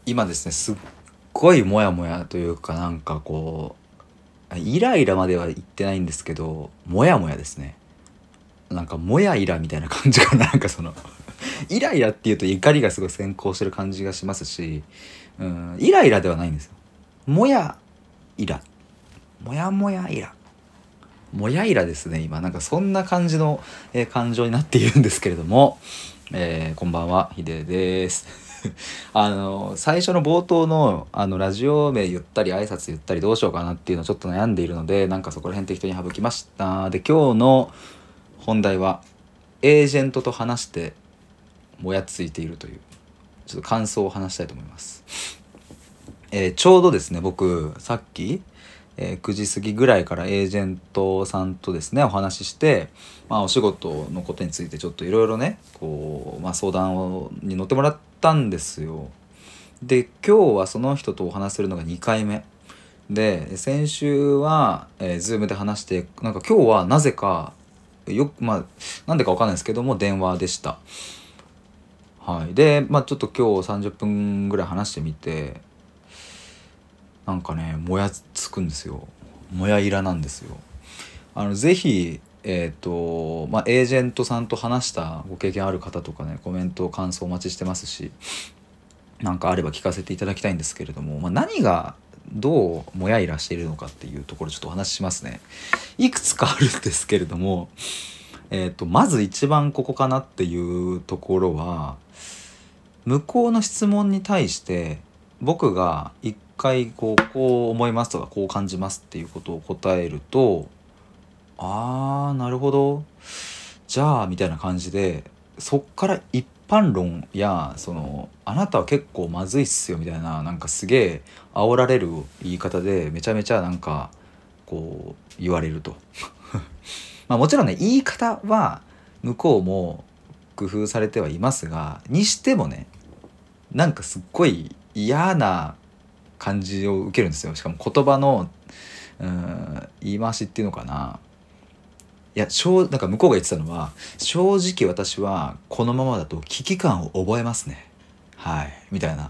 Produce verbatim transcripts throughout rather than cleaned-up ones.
今ですね、すっごいモヤモヤというか、なんかこうイライラまでは言ってないんですけど、モヤモヤですね。なんかモヤイラみたいな感じかな。なんかそのイライラっていうと怒りがすごい先行してる感じがしますし、うん、イライラではないんですよ。モヤイラ、モヤモヤイラ、モヤイラですね。今なんかそんな感じの、えー感情になっているんですけれども、えーこんばんは、ヒデです。あの最初の冒頭のあのラジオ名言ったり挨拶言ったりどうしようかなっていうのをちょっと悩んでいるので、なんかそこら辺適当に省きました。で、今日の本題はエージェントと話してもやついているというちょっと感想を話したいと思います。えーちょうどですね、僕さっき、えーくじ過ぎぐらいからエージェントさんとですねお話しして、まあ、お仕事のことについてちょっといろいろねこう、まあ、相談をに乗ってもらったんですよ。で、今日はその人とお話しするのがにかいめで、先週は、えー、Zoom で話して、なんか今日はなぜかよくまあなんでかわかんないですけども電話でした。はい。で、まあちょっと今日さんじゅっぷんぐらい話してみて、なんかねもやつくんですよ。もやいらなんですよ。あのぜひえっ、とまあエージェントさんと話したご経験ある方とかね、コメント感想お待ちしてますし、なんかあれば聞かせていただきたいんですけれども、まあ、何がどうもやいらしているのかっていうところちょっとお話ししますね。いくつかあるんですけれども、えー、とまず一番ここかなっていうところは、向こうの質問に対して僕が一回こうこう思いますとかこう感じますっていうことを答えると、あーなるほど、じゃあみたいな感じで、そっから一般論やそのあなたは結構まずいっすよみたいな、なんかすげえ煽られる言い方でめちゃめちゃなんかこう言われると。まあもちろんね言い方は向こうも工夫されてはいますが、にしてもね、なんかすっごい嫌な感じを受けるんですよ。しかも言葉のうーん言い回しっていうのかな。いや、正なんか向こうが言ってたのは、正直私はこのままだと危機感を覚えますね。はい。みたいな。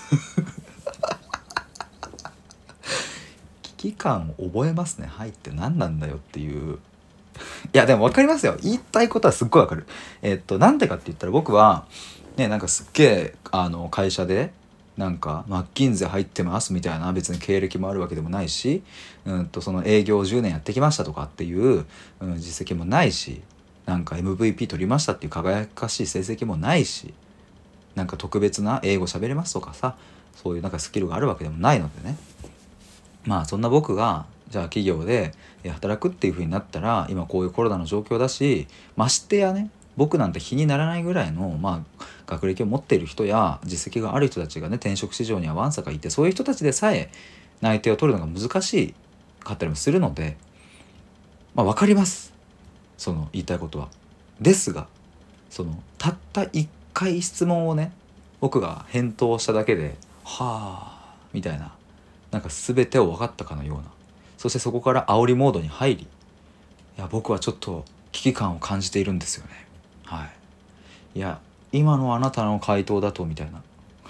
危機感を覚えますね。はいって何なんだよっていう。いや、でも分かりますよ。言いたいことはすっごい分かる。えっと、なんでかって言ったら僕は、ね、なんかすっげえ、あの、会社で、なんか、マッキンゼ入ってますみたいな別に経歴もあるわけでもないし、うんと、その営業じゅうねんやってきましたとかっていう、うん、実績もないし、なんか エムブイピー 取りましたっていう輝かしい成績もないし、なんか特別な英語喋れますとかさ、そういうなんかスキルがあるわけでもないのでね。まあそんな僕がじゃあ企業で働くっていう風になったら、今こういうコロナの状況だし、ましてやね、僕なんて比にならないぐらいの、まあ、学歴を持っている人や実績がある人たちがね転職市場にはわんさかいて、そういう人たちでさえ内定を取るのが難しかったりもするので、まあ分かります、その言いたいことは。ですが、そのたったいっかい質問をね僕が返答しただけで、はあみたいな、なんか全てを分かったかのような、そしてそこから煽りモードに入り、いや僕はちょっと危機感を感じているんですよね。はい。いや、今のあなたの回答だとみたいな。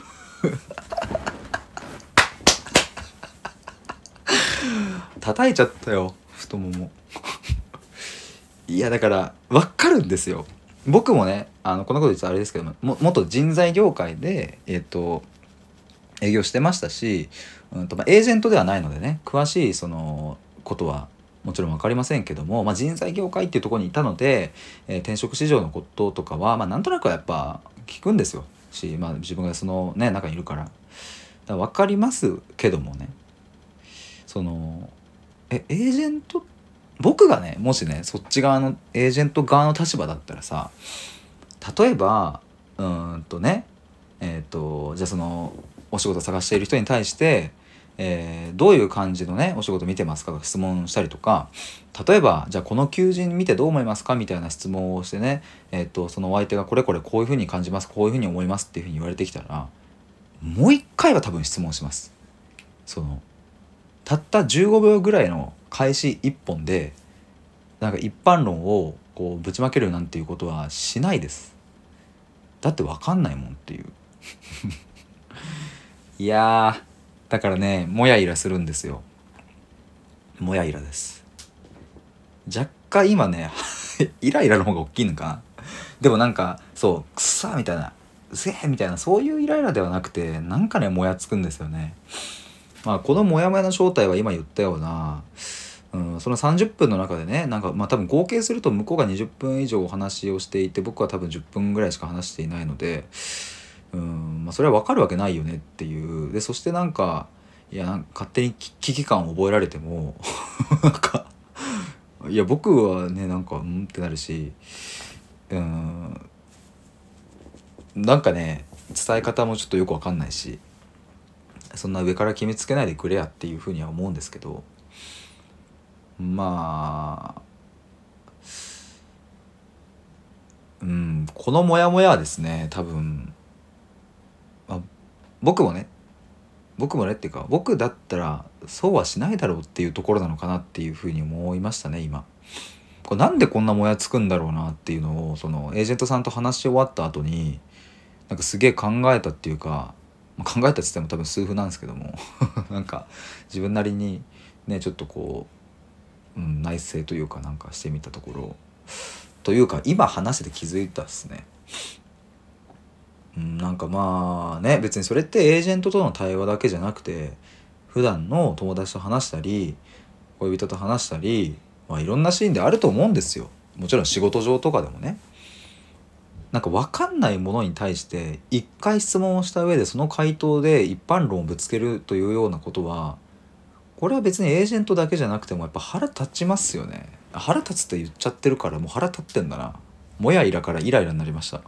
叩いちゃったよ太もも。いやだから分かるんですよ。僕もね、あのこのこと言ってあれですけども、も元人材業界でえっ、と営業してましたし、うんとまあ、エージェントではないのでね詳しいそのことはもちろん分かりませんけども、まあ、人材業界っていうところにいたので、えー転職市場のこととかは、まあ、なんとなくはやっぱ聞くんですよし、まあ、自分がそのね中にいるから、だから分かりますけどもね、そのえエージェント、僕がねもしねそっち側のエージェント側の立場だったらさ、例えばうーんとねえっ、とじゃあそのお仕事探している人に対して、えーどういう感じのねお仕事見てますかとか質問したりとか、例えばじゃあこの求人見てどう思いますかみたいな質問をしてね、えっ、とそのお相手がこれこれこういうふうに感じます、こういうふうに思いますっていうふうに言われてきたら、もう一回は多分質問します。そのたったじゅうごびょうぐらいの開始いっぽんでなんか一般論をこうぶちまけるなんていうことはしないです。だって分かんないもんっていう。 いやーだからねもやイラするんですよ。もやイラです。若干今ねイライラの方が大きいのかな。でもなんかそうくっさーみたいなうせえみたいなそういうイライラではなくてなんかねもやつくんですよね。まあこのモヤモヤの正体は今言ったような、うん、そのさんじゅっぷんの中でねなんかまあ多分合計すると向こうがにじゅっぷん以上お話をしていて僕は多分じゅっぷんぐらいしか話していないので、うん、まあそれは分かるわけないよねっていう。でそしてなんかいやなんか勝手に危危機感を覚えられてもなんかいや僕はねなんかうんってなるし、うんなんかね伝え方もちょっとよく分かんないし、そんな上から決めつけないでくれやっていうふうには思うんですけど、まあうんこのモヤモヤはですね多分、まあ、僕もね僕もねっていうか僕だったらそうはしないだろうっていうところなのかなっていうふうに思いましたね今。これなんでこんなモヤつくんだろうなっていうのをそのエージェントさんと話し終わった後になんかすげえ考えたっていうか、まあ考えたっつっても多分数分なんですけどもなんか自分なりにねちょっとこう、うん、内省というかなんかしてみたところというか今話してて気づいたっすね。うん、なんかまあね別にそれってエージェントとの対話だけじゃなくて普段の友達と話したり恋人と話したり、まあ、いろんなシーンであると思うんですよ。もちろん仕事上とかでもね。なんか分かんないものに対して一回質問をした上でその回答で一般論をぶつけるというようなことはこれは別にエージェントだけじゃなくてもやっぱ腹立ちますよね。腹立つって言っちゃってるからもう腹立ってんだな。もやイラからイライラになりました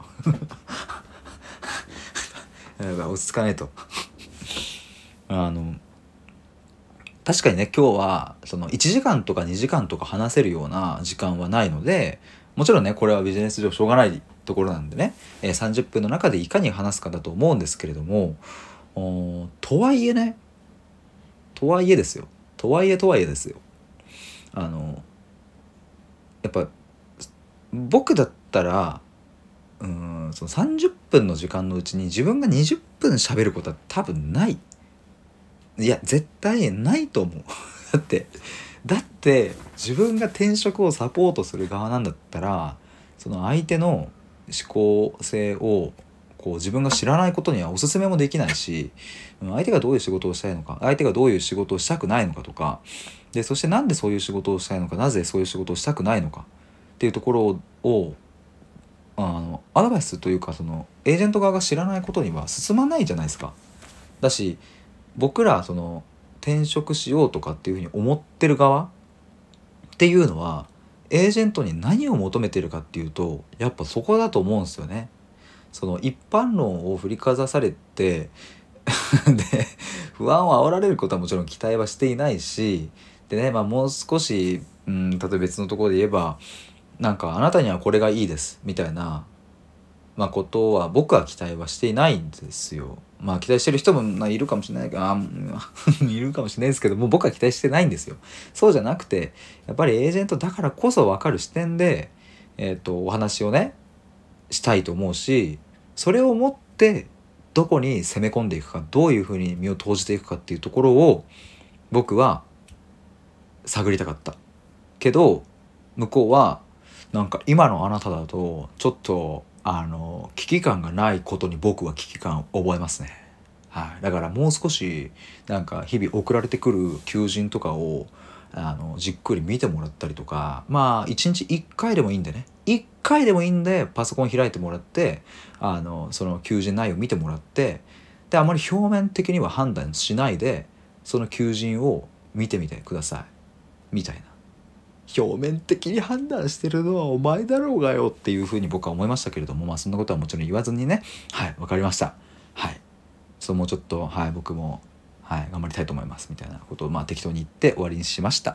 やばい落ち着かないとあの確かにね今日はそのいちじかんとかにじかんとか話せるような時間はないのでもちろんねこれはビジネス上しょうがないところなんでね、えー、さんじゅっぷんの中でいかに話すかだと思うんですけれどもおとはいえねとはいえですよとはいえとはいえですよあのやっぱ僕だったらうーんそのさんじゅっぷんの時間のうちに自分がにじゅっぷん喋ることは多分ない。いや絶対ないと思うだってだって自分が転職をサポートする側なんだったらその相手の思考性をこう自分が知らないことにはおすすめもできないし、相手がどういう仕事をしたいのか相手がどういう仕事をしたくないのかとかでそしてなんでそういう仕事をしたいのかなぜそういう仕事をしたくないのかっていうところをあのアドバイスというかそのエージェント側が知らないことには進まないじゃないですか。だし僕らその転職しようとかっていうふうに思ってる側っていうのはエージェントに何を求めてるかっていうとやっぱそこだと思うんですよね。その一般論を振りかざされてで不安を煽られることはもちろん期待はしていないしでね、まあ、もう少し、うん、例えば別のところで言えばなんかあなたにはこれがいいですみたいなまあ、ことは僕は期待はしていないんですよ。まあ期待してる人もまあいるかもしれないけどあいるかもしれないですけども僕は期待してないんですよ。そうじゃなくてやっぱりエージェントだからこそ分かる視点で、えー、とお話をねしたいと思うしそれをもってどこに攻め込んでいくかどういうふうに身を投じていくかっていうところを僕は探りたかったけど向こうはなんか今のあなただとちょっとあの危機感がないことに僕は危機感を覚えますね。はい、だからもう少しなんか日々送られてくる求人とかをあのじっくり見てもらったりとかまあいちにちいっかいでもいいんでねいっかいでもいいんでパソコン開いてもらってあのその求人内容を見てもらってであまり表面的には判断しないでその求人を見てみてくださいみたいな。表面的に判断してるのはお前だろうがよっていうふうに僕は思いましたけれどもまあそんなことはもちろん言わずにねはいわかりましたはいそうもうちょっとはい僕もはい頑張りたいと思いますみたいなことをまあ適当に言って終わりにしました。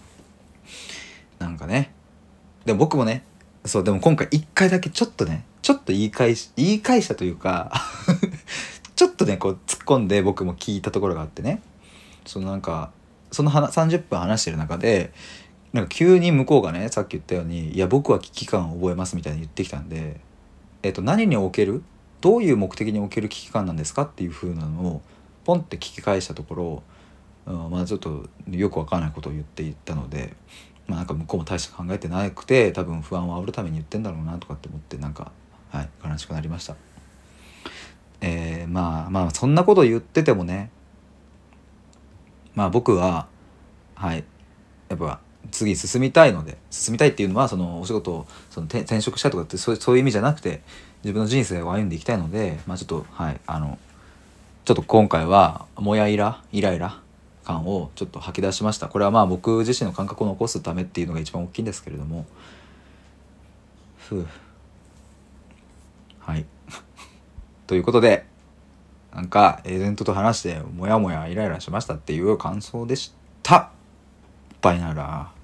なんかねでも僕もねそうでも今回一回だけちょっとねちょっと言い返し言い返したというかちょっとねこう突っ込んで僕も聞いたところがあってねそのなんかそのさんじゅっぷん話してる中でなんか急に向こうがねさっき言ったようにいや僕は危機感を覚えますみたいに言ってきたんで、えっと、何におけるどういう目的における危機感なんですかっていう風なのをポンって聞き返したところ、うん、まあちょっとよくわからないことを言っていたので、まあなんか向こうも大して考えてなくて、多分不安を煽るために言ってんだろうなとかって思って、なんかはい悲しくなりました。えー、まあまあそんなこと言っててもね、まあ僕ははいやっぱ次進みたいので、進みたいっていうのはそのお仕事をその転転職したいとかってそういうそういう意味じゃなくて、自分の人生を歩んでいきたいので、まあちょっとはいあのちょっと今回はもやイライライラ感をちょっと吐き出しました。これはまあ僕自身の感覚を残すためっていうのが一番大きいんですけれども、ふうはいということで、なんかエージェントと話してモヤモヤイライラしましたっていう感想でした。バイナラ